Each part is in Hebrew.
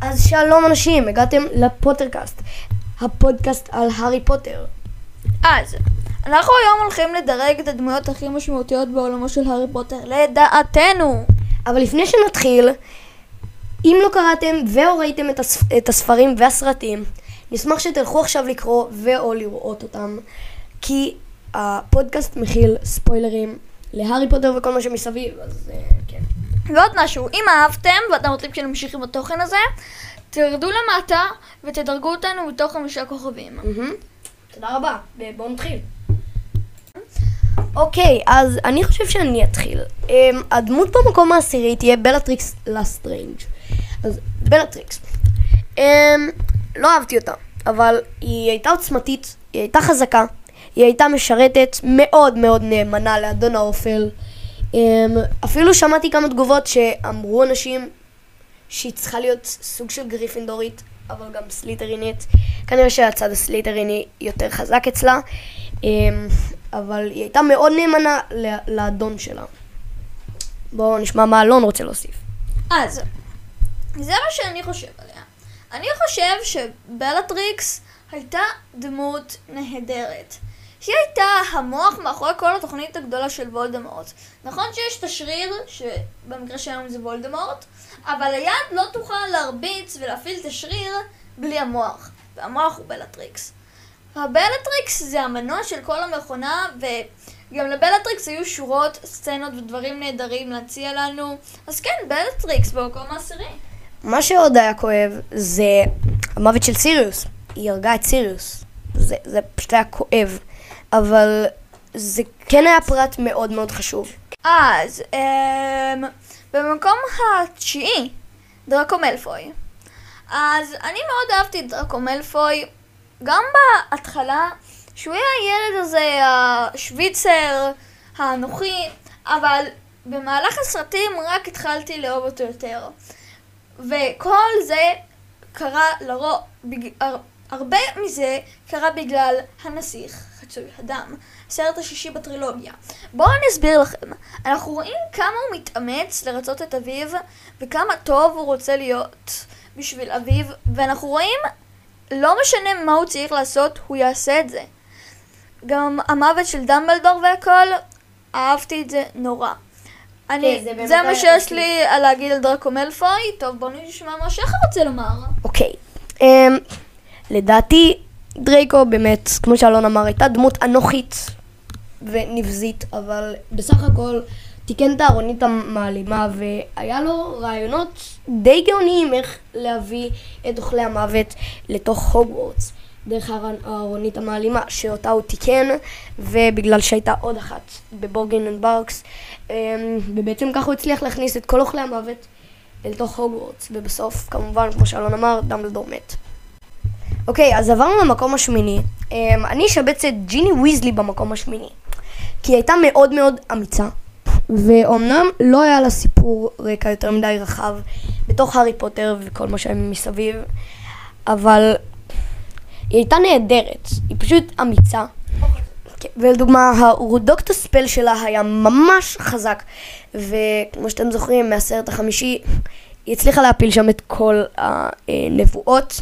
אז שלום אנשים, הגעתם לפוטרקאסט, הפודקאסט על הארי פוטר. אז, אנחנו היום הולכים לדרג את הדמויות הכי משמעותיות בעולמו של הארי פוטר, לדעתנו. אבל לפני שנתחיל, אם לא קראתם ואו ראיתם את הספרים והסרטים, נשמח שתלכו עכשיו לקרוא ואו לראות אותם, כי הפודקאסט מכיל ספוילרים להארי פוטר וכל מה שמסביב, אז כן. ועוד משהו, אם אהבתם ואתם רוצים שנמשיך עם התוכן הזה, תרדו למטה ותדרגו אותנו בתוך 5 כוכבים. תודה רבה, בואו נתחיל. אוקיי, אז אני חושב שאני אתחיל. הדמות במקום העשירי תהיה בלטריקס לסטריינג'. אז בלטריקס, לא אהבתי אותה, אבל היא הייתה עוצמתית, היא הייתה חזקה, היא הייתה משרתת מאוד מאוד נאמנה לאדון האופל. אפילו שמעתי כמה תגובות שאמרו אנשים שהיא צריכה להיות סוג של גריפינדורית, אבל גם סליתרינית. כנראה שהצד הסליתריני יותר חזק אצלה, אבל היא הייתה מאוד נאמנה לאדון שלה. בואו נשמע מה אלון רוצה להוסיף. אז, זה מה שאני חושב עליה. אני חושב שבלטריקס הייתה דמות נהדרת. היא הייתה המוח מאחורי כל התוכנית הגדולה של וולדמורט. נכון שיש את השריר, שבמקרה שלנו זה וולדמורט, אבל היד לא תוכל להרביץ ולהפעיל את השריר בלי המוח. והמוח הוא בלטריקס. הבלטריקס זה המנוע של כל המכונה, וגם לבלטריקס היו שורות, סצנות ודברים נהדרים להציע לנו. אז כן, בלטריקס במקום העשירי. מה שעוד היה כואב זה המוות של סיריוס. היא הרגה את סיריוס. זה פשוט היה כואב. אבל זה כן היה פרט מאוד מאוד חשוב. אז, במקום התשיעי, דראקו מלפוי. אז אני מאוד אהבתי את דראקו מלפוי, גם בהתחלה, שהוא היה הילד הזה, השוויצר, האנוכי, אבל במהלך הסרטים רק התחלתי לאהוב אותו יותר. וכל זה קרה לרוב, הרבה מזה קרה בגלל הנסיך חצוי הדם, הסרט השישי בטרילוגיה. בואו אני אסביר לכם. אנחנו רואים כמה הוא מתאמץ לרצות את אביו, וכמה טוב הוא רוצה להיות בשביל אביו, ואנחנו רואים, לא משנה מה הוא צריך לעשות, הוא יעשה את זה. גם המוות של דמבלדור והכל, אהבתי את זה נורא. זה מה שיש לי להגיד על דראקו מלפוי. טוב, בואו נשמע מה שחר רוצה לומר. אוקיי. לדעתי, דרייקו באמת, כמו שאלון אמר, הייתה דמות אנוכית ונבזית, אבל בסך הכל תיקן את הארונית המעלימה, והיה לו רעיונות די גאוניים איך להביא את אוכלי המוות לתוך הוגוורטס, דרך הארונית המעלימה, שאותה הוא תיקן, ובגלל שהייתה עוד אחת בבורגן אנד ברקס, ובעצם ככה הוא הצליח להכניס את כל אוכלי המוות לתוך הוגוורטס, ובסוף, כמובן, כמו שאלון אמר, דמבלדור מת. אוקיי, אז עברנו למקום השמיני. אני אשבץ את ג'יני ויזלי במקום השמיני, כי היא הייתה מאוד מאוד אמיצה, ואומנם לא היה לה סיפור רקע יותר מדי רחב בתוך הארי פוטר וכל מה שהם מסביב, אבל היא הייתה נהדרת, היא פשוט אמיצה. ולדוגמה, הרודוקט הספל שלה היה ממש חזק, וכמו שאתם זוכרים מהסרט החמישי, היא הצליחה להפיל שם את כל הנבואות,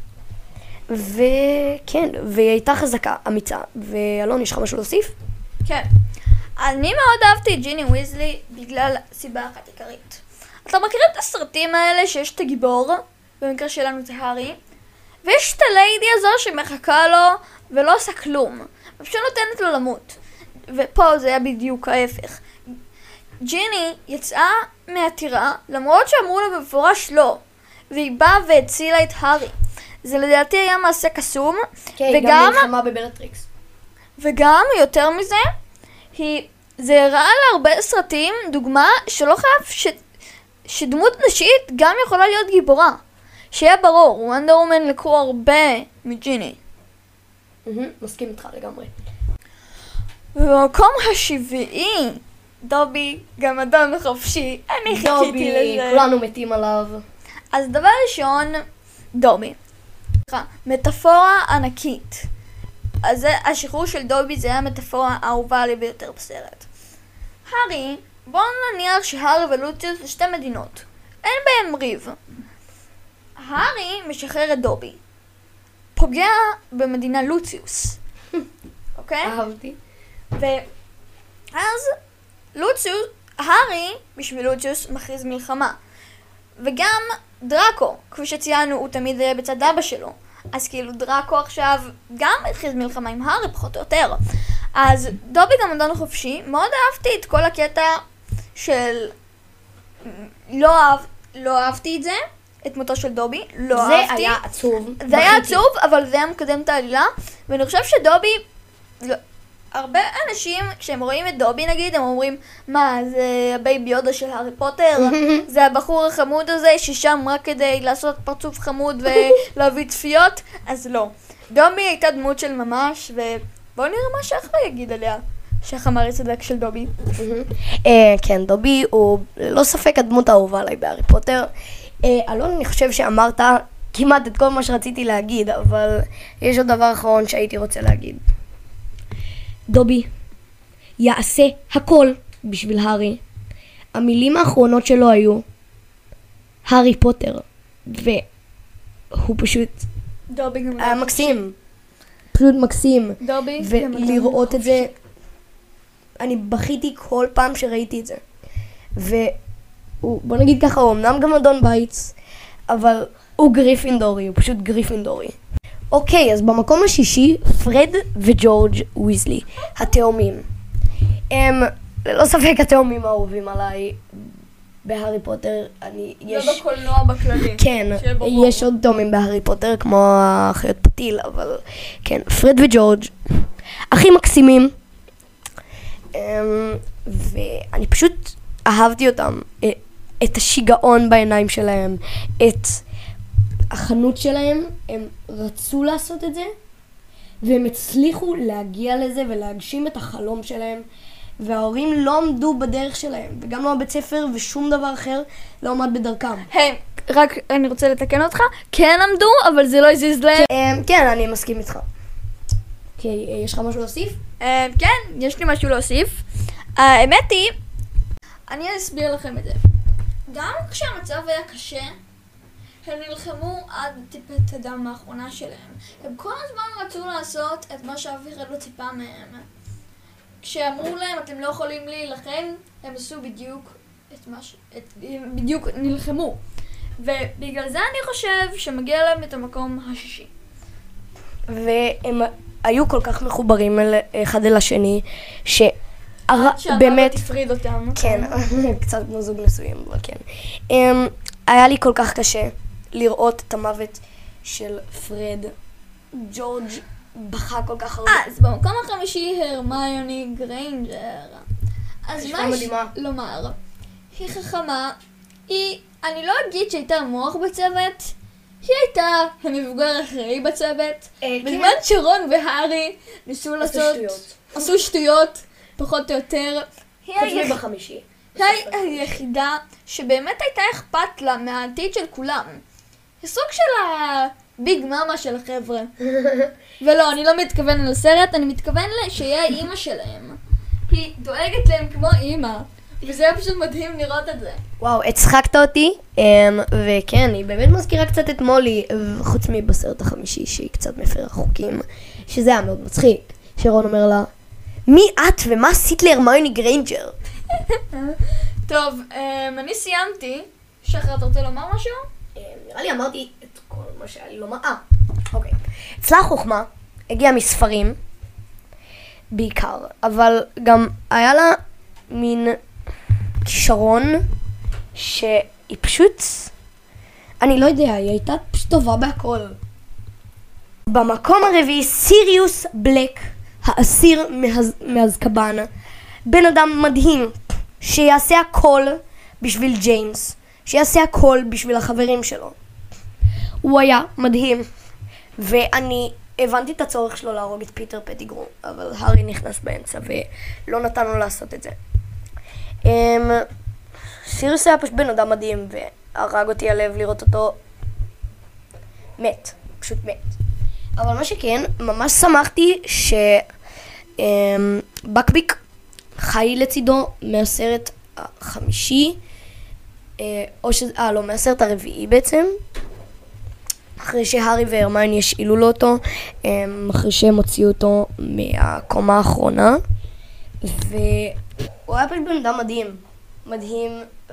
וכן, והיא הייתה חזקה, אמיצה. ואלון, יש לך משהו להוסיף? כן. אני מאוד אהבתי את ג'יני ויזלי בגלל סיבה אחת עיקרית. אתה מכיר את הסרטים האלה שיש את הגיבור, במקרה שלנו זה הארי, ויש את הליידי הזו שמחכה לו ולא עושה כלום, ופשוט נותנת לו למות. ופה זה היה בדיוק ההפך. ג'יני יצאה מהטירה למרות שאמרו לה במפורש לא, והיא באה והצילה את הארי. זה לדעתי היה מעשה קסום, כן, וגם מלחמה בבלטריקס. וגם יותר מזה, זה הראה להרבה סרטים דוגמה שלא חייב שדמות נשית גם יכולה להיות גיבורה. שיהיה ברור, וונדר וומן לקחו הרבה מג'יני. מסכים איתך לגמרי. ובמקום השביעי, דובי, גם אדון חופשי, אני חיכיתי לזה. דובי, כולנו מתים עליו. אז דבר ראשון, דובי. מטאפורה ענקית. אז השחרור של דובי זה היה המטאפורה האהובה עלי ביותר בסרט. הארי, בואו נניח שהארי ולוציוס זה שתי מדינות. אין בהם ריב. הארי משחרר את דובי. פוגע במדינה לוציוס. אוקיי? אהבתי. ואז הארי, בשביל לוציוס, מכריז מלחמה. וגם דראקו, כפי שציינו, הוא תמיד בצד אבא שלו. אז כאילו דראקו עכשיו גם הכריז מלחמה עם הארי, פחות או יותר. אז דובי גם אדון חופשי, מאוד אהבתי את כל הקטע של... לא אהבתי את זה, את מותו של דובי, לא זה אהבתי. היה עצוב. זה היה עצוב, אבל זה היה מקדם את העלילה, ואני חושב שדובי... הרבה אנשים, כשהם רואים את דובי נגיד, הם אומרים, מה, זה הבייבי יודה של הארי פוטר? זה הבחור החמוד הזה ששם רק כדי לעשות פרצוף חמוד ולהביא צפיות? אז לא. דובי הייתה דמות של ממש, ובואו נראה מה שחר יגיד עליה. שחר אמר צדק של דובי. כן, דובי הוא לא ספק הדמות האהובה עליי בהארי פוטר. אלון, אני חושב שאמרת כמעט את כל מה שרציתי להגיד, אבל יש עוד דבר אחרון שהייתי רוצה להגיד. דובי יעשה הכל בשביל הארי. המילים האחרונות שלו היו הארי פוטר, והוא פשוט דובי גם היה מקסים, פשוט מקסים. דובי ולראות את זה, אני בכיתי כל פעם שראיתי את זה. בוא נגיד ככה, הוא אמנם גם אדון בייטס, אבל הוא גריפינדורי, הוא פשוט גריפינדורי. אוקיי, אז במקום השישי, פרד וג'ורג' ויזלי, התאומים. הם ללא ספק התאומים האהובים עליי בהארי פוטר. לא בקולנוע בכללי. כן, יש עוד תאומים בהארי פוטר, כמו החיות פתיל, אבל כן, פרד וג'ורג' הכי מקסימים. ואני פשוט אהבתי אותם, את השיגעון בעיניים שלהם, את החנות שלהם, הם רצו לעשות את זה, והם הצליחו להגיע לזה ולהגשים את החלום שלהם, וההורים לא עמדו בדרך שלהם, וגם לא הבית ספר ושום דבר אחר לא עמד בדרכם. רק אני רוצה לתקן אותך, כן עמדו, אבל זה לא הזיז להם. כן, אני מסכים איתך. אוקיי, יש לך משהו להוסיף? כן, יש לי משהו להוסיף. האמת היא, אני אסביר לכם את זה. גם כשהמצב היה קשה, הם נלחמו עד טיפת הדם האחרונה שלהם. הם כל הזמן רצו לעשות את מה שאף אחד לא ציפה מהם. כשאמרו להם, אתם לא יכולים להילחם, הם עשו בדיוק בדיוק נלחמו. ובגלל זה אני חושב שמגיע להם את המקום השישי. והם היו כל כך מחוברים אחד אל השני, באמת הפריד אותם. כן, קצת כמו זוג נשואים, אבל כן. היה לי כל כך קשה לראות את המוות של פרד. ג'ורג' בכה כל כך הרבה. אז במקום החמישי הרמיוני גריינג'ר. אז מה יש לומר? היא חכמה, אני לא אגיד שהייתה המוח בצוות, היא הייתה המבוגר האחראי בצוות. בזמן שרון והארי ניסו עשו שטויות, פחות או יותר. חוץ בחמישי. היא היחידה שבאמת הייתה אכפת לה מהעתיד של כולם. היא סוג של הביג מאמה של החבר'ה. ולא, אני לא מתכוון לסרט, אני מתכוון שיהיה האימא שלהם. היא דואגת להם כמו אימא, וזה היה פשוט מדהים לראות את זה. וואו, הצחקת אותי, וכן, היא באמת מזכירה קצת את מולי, חוץ מבסרט החמישי שהיא קצת מפרה חוקים, שזה היה מאוד מצחיק, שרון אומר לה, מי את ומה עשית להרמיוני גריינג'ר? טוב, אני סיימתי. שחר, אתה רוצה לומר משהו? נראה לי אמרתי את כל מה שהיה לי לומר. אוקיי. אצלה החוכמה הגיעה מספרים, בעיקר, אבל גם היה לה מין כישרון שהיא פשוט, אני לא יודע, היא הייתה פשוט טובה בהכל. במקום הרביעי, סיריוס בלק, האסיר מאזקבאן, בן אדם מדהים, שיעשה הכל בשביל ג'יימס, שיעשה הכל בשביל החברים שלו. הוא היה מדהים, ואני הבנתי את הצורך שלו להרוג את פיטר פטיגרו, אבל הארי נכנס באמצע ולא נתנו לעשות את זה. סיריוס היה פשוט בן אדם מדהים, והרג אותי הלב לראות אותו מת, פשוט מת. אבל מה שכן, ממש שמחתי שבקביק חי לצידו מהסרט החמישי, או לא, מהסרט הרביעי בעצם. אחרי שהארי והרמיוני השאילו לו אותו, אחרי שהם הוציאו אותו מהקומה האחרונה, והוא היה פשוט בן אדם מדהים,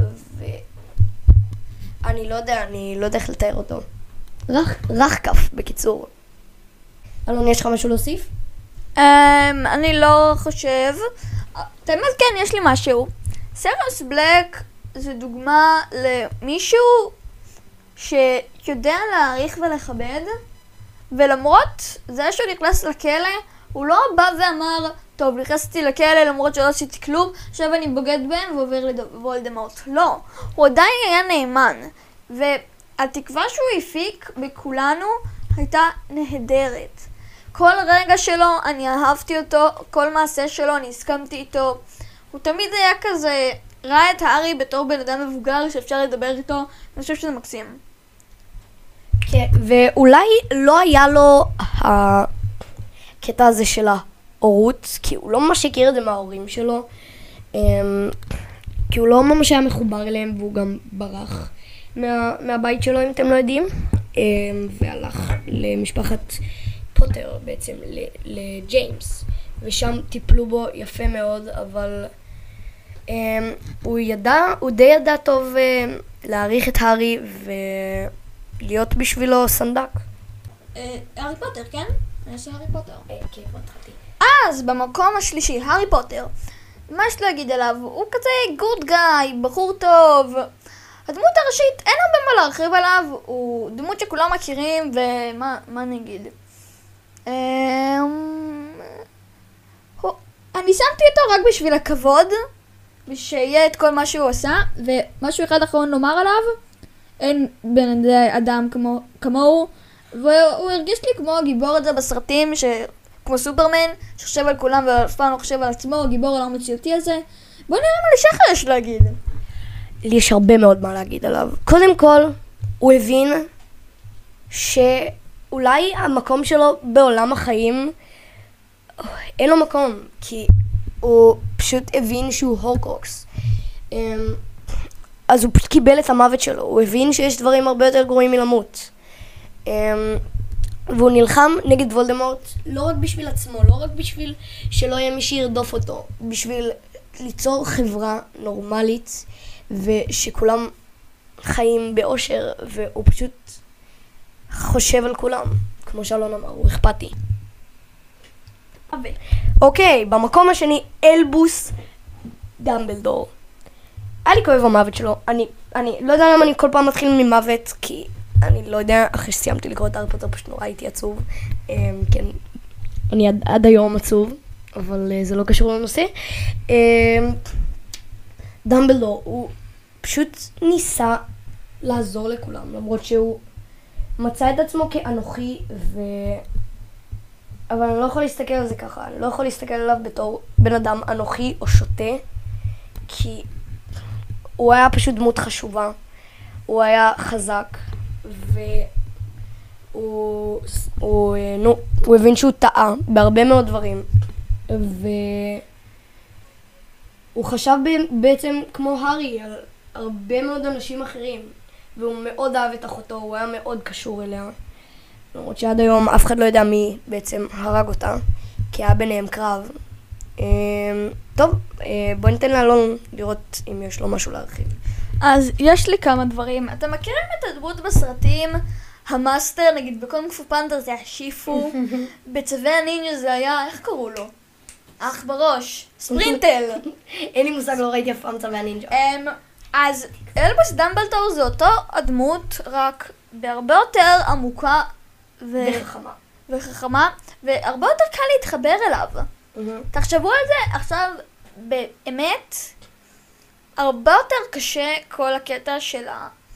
ואני לא יודע איך לתאר אותו. רך כף, בקיצור. אלון, יש לך משהו להוסיף? אני לא חושב. באמת כן, יש לי משהו. סריוס בלק זה דוגמה למישהו שיודע להעריך ולכבד, ולמרות זה שהוא נכנס לכלא, הוא לא בא ואמר, טוב, נכנסתי לכלא למרות שלא עשיתי כלום, עכשיו אני בוגד בהם ועובר לוולדמורט. לא, הוא עדיין היה נאמן, והתקווה שהוא הפיק בכולנו הייתה נהדרת. כל רגע שלו אני אהבתי אותו, כל מעשה שלו אני הסכמתי איתו. הוא תמיד היה כזה, ראה את הארי בתור בן אדם מבוגר שאפשר לדבר איתו, אני חושב שזה מקסים. כן, ואולי לא היה לו הקטע הזה של ההורות, כי הוא לא ממש הכיר את זה מההורים שלו, כי הוא לא ממש היה מחובר אליהם, והוא גם ברח מהבית שלו, אם אתם לא יודעים, והלך למשפחת פוטר בעצם, לג'יימס, ושם טיפלו בו יפה מאוד, אבל הוא די ידע טוב להעריך את הארי ולהיות בשבילו סנדק. הארי פוטר, כן? יש הארי פוטר. כן, כבר התחלתי. אז במקום השלישי, הארי פוטר. מה יש להגיד עליו? הוא כזה גוד גאי, בחור טוב. הדמות הראשית, אין הרבה מה להרחיב עליו, הוא דמות שכולם מכירים, ומה נגיד? אני שמתי אותו רק בשביל הכבוד, ושיהיה את כל מה שהוא עשה, ומשהו אחד אחרון לומר עליו, אין בן אדם כמוהו, והוא הרגיש לי כמו הגיבור הזה בסרטים, כמו סופרמן, שחושב על כולם ואף פעם לא חושב על עצמו, הגיבור הלא מציאותי הזה. בוא נראה מה לשחר יש להגיד. לי יש הרבה מאוד מה להגיד עליו. קודם כל, הוא הבין שאולי המקום שלו בעולם החיים אין לו מקום, כי הוא פשוט הבין שהוא הורקרוקס. אז הוא פשוט קיבל את המוות שלו. הוא הבין שיש דברים הרבה יותר גרועים מלמות. והוא נלחם נגד וולדמורט לא רק בשביל עצמו, לא רק בשביל שלא יהיה מי שירדוף אותו, בשביל ליצור חברה נורמלית ושכולם חיים באושר, והוא פשוט חושב על כולם, כמו שאלון אמר, הוא אכפתי. אוקיי, במקום השני, אלבוס דמבלדור. היה לי כואב המוות שלו. אני לא יודע למה אני כל פעם מתחיל ממוות, כי אני לא יודע, אחרי שסיימתי לקרוא את הארי פוטר פשוט נורא הייתי עצוב. כן, אני עד היום עצוב, אבל זה לא קשור לנושא. דמבלדור, הוא פשוט ניסה לעזור לכולם, למרות שהוא מצא את עצמו כאנוכי, אבל אני לא יכול להסתכל על זה ככה, אני לא יכול להסתכל עליו בתור בן אדם אנוכי או שוטה, כי הוא היה פשוט דמות חשובה, הוא היה חזק, והוא הבין שהוא טעה בהרבה מאוד דברים, והוא חשב בעצם כמו הארי על הרבה מאוד אנשים אחרים, והוא מאוד אהב את אחותו, הוא היה מאוד קשור אליה. למרות שעד היום אף אחד לא יודע מי בעצם הרג אותה, כי היה ביניהם קרב. טוב, בוא ניתן לאלון לראות אם יש לו משהו להרחיב. אז יש לי כמה דברים. אתם מכירים את הדמות בסרטים? המאסטר, נגיד בקונג פו פנתר זה היה שיפו, בצווי הנינג'ה זה היה, איך קראו לו? אח בראש, ספרינטל. אין לי מושג, לא ראיתי אף פעם צווי הנינג'ה. אז אלבוס דמבלדור זה אותו הדמות, רק בהרבה יותר עמוקה וחכמה, והרבה יותר קל להתחבר אליו. תחשבו על זה עכשיו, באמת, הרבה יותר קשה כל הקטע של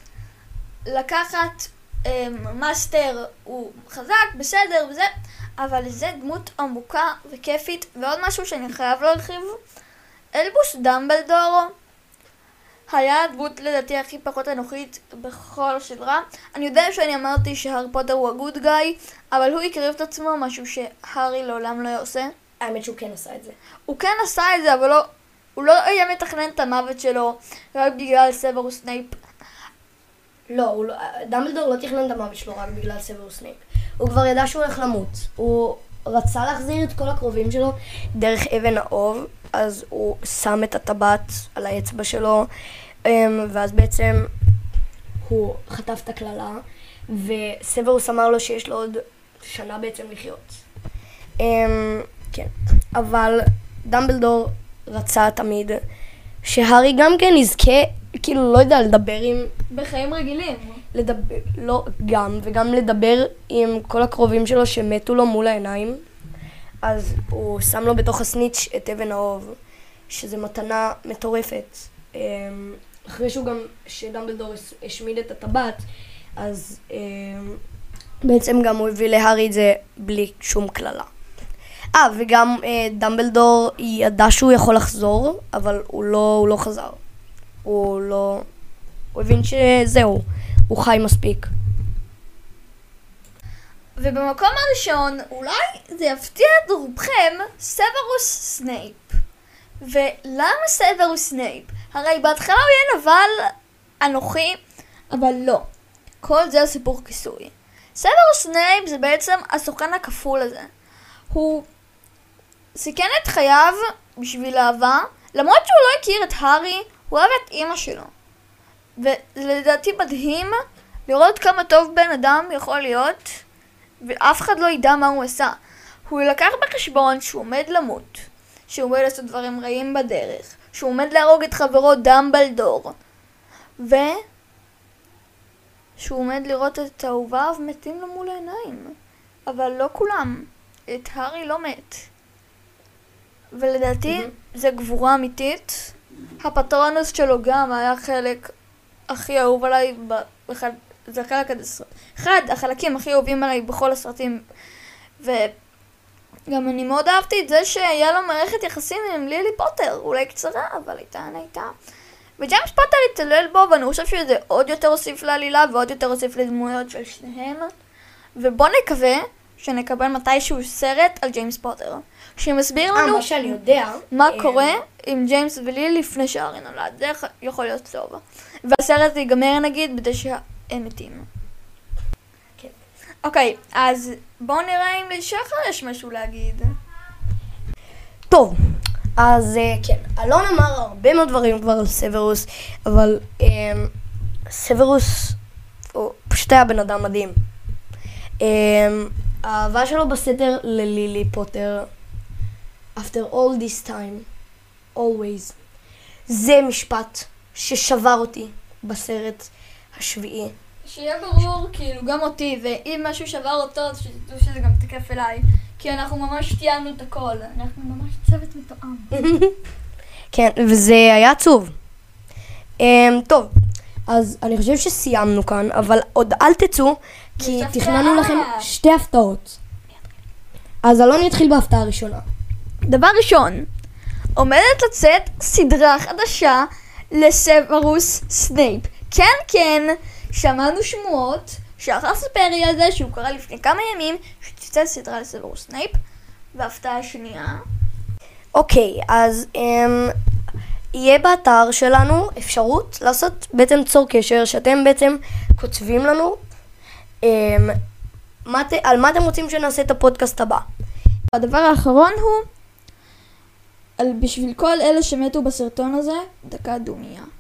לקחת מאסטר, הוא חזק, בסדר וזה, אבל זה דמות עמוקה וכיפית. ועוד משהו שאני חייב להרחיב, אלבוס דמבלדור היה הדמות לדעתי הכי פחות אנוכית בכל הסדרה. אני יודע שאני אמרתי שהארי פוטר הוא הגוד גאי, אבל הוא הקריב את עצמו, משהו שהארי לעולם לא עושה. האמת שהוא כן עשה את זה. הוא כן עשה את זה, אבל הוא לא היה מתכנן את המוות שלו רק בגלל סוורוס סנייפ. לא, דמבלדור לא תכנן את המוות שלו רק בגלל סוורוס סנייפ. הוא כבר ידע שהוא הולך למות. הוא רצה להחזיר את כל הקרובים שלו דרך אבן האוב, אז הוא שם את הטבעת על האצבע שלו, ואז בעצם הוא חטף את הכללה, וסוורוס אמר לו שיש לו עוד שנה בעצם לחיות. כן, אבל דמבלדור רצה תמיד שהארי גם כן יזכה, כאילו לא יודע, לדבר עם... בחיים רגילים. לא, וגם לדבר עם כל הקרובים שלו שמתו לו מול העיניים. אז הוא שם לו בתוך הסניץ' את אבן האוב, שזה מתנה מטורפת. אחרי שהוא גם, שדמבלדור השמיד את הטבעת, אז בעצם גם הוא הביא להארי את זה בלי שום כללה. וגם דמבלדור ידע שהוא יכול לחזור, אבל הוא לא חזר. הוא הבין שזהו, הוא חי מספיק. ובמקום הראשון, אולי זה יפתיע את רובכם, סוורוס סנייפ. ולמה סוורוס סנייפ? הרי בהתחלה הוא יהיה נבל אנוכי, אבל לא. כל זה הסיפור כיסוי. סוורוס סנייפ זה בעצם הסוכן הכפול הזה. הוא סיכן את חייו בשביל אהבה, למרות שהוא לא הכיר את הארי, הוא אוהב את אמא שלו. ולדעתי מדהים לראות כמה טוב בן אדם יכול להיות, ואף אחד לא ידע מה הוא עשה. הוא לקח בחשבון שהוא עומד למות, שהוא עומד לעשות דברים רעים בדרך, שהוא עומד להרוג את חברו דמבלדור, שהוא עומד לראות את אהוביו מתים לו מול העיניים. אבל לא כולם. את הארי לא מת. ולדעתי זה גבורה אמיתית. הפטרונוס שלו גם היה חלק הכי אהוב עליי, זה אחד החלקים הכי אהובים עליי בכל הסרטים. וגם אני מאוד אהבתי את זה שהיה לו מערכת יחסים עם לילי פוטר, אולי קצרה, אבל הייתה. וג'יימס פוטר התעלל בו, ואני חושב שזה עוד יותר הוסיף לעלילה ועוד יותר הוסיף לדמויות של שניהם. ובוא נקווה שנקבל מתישהו סרט על ג'יימס פוטר, שמסביר לנו מה שאני יודע, מה קורה עם ג'יימס ולילי לפני שהארי נולד. זה יכול להיות טוב. והסרט ייגמר נגיד בדי שהם מתים. כן. אוקיי, אז בואו נראה אם לשחר יש משהו להגיד. טוב, אז כן, אלון אמר הרבה מאוד דברים כבר על סוורוס, אבל סוורוס הוא פשוט היה בן אדם מדהים. האהבה שלו בסתר ללילי פוטר, after all this time, always, זה משפט ששבר אותי בסרט השביעי. שיהיה ברור, כאילו, גם אותי, ואם משהו שבר אותו, אז שתדעו שזה גם תקף אליי. כי אנחנו ממש תיאמנו את הכל, אנחנו ממש צוות מתואם. כן, וזה היה עצוב. טוב, אז אני חושב שסיימנו כאן, אבל עוד אל תצאו, כי תכננו לכם שתי הפתעות. אז אלון יתחיל בהפתעה הראשונה. דבר ראשון, עומדת לצאת סדרה חדשה לסוורוס סנייפ. כן, שמענו שמועות שאחר ספר לי על זה שהוא קרא לפני כמה ימים שתצא סדרה לסוורוס סנייפ. וההפתעה השנייה, אוקיי, אז יהיה באתר שלנו אפשרות לעשות בעצם צור קשר, שאתם בעצם כותבים לנו על מה אתם רוצים שנעשה את הפודקאסט הבא. הדבר האחרון הוא, בשביל כל אלה שמתו בסרטון הזה, דקה דומיה.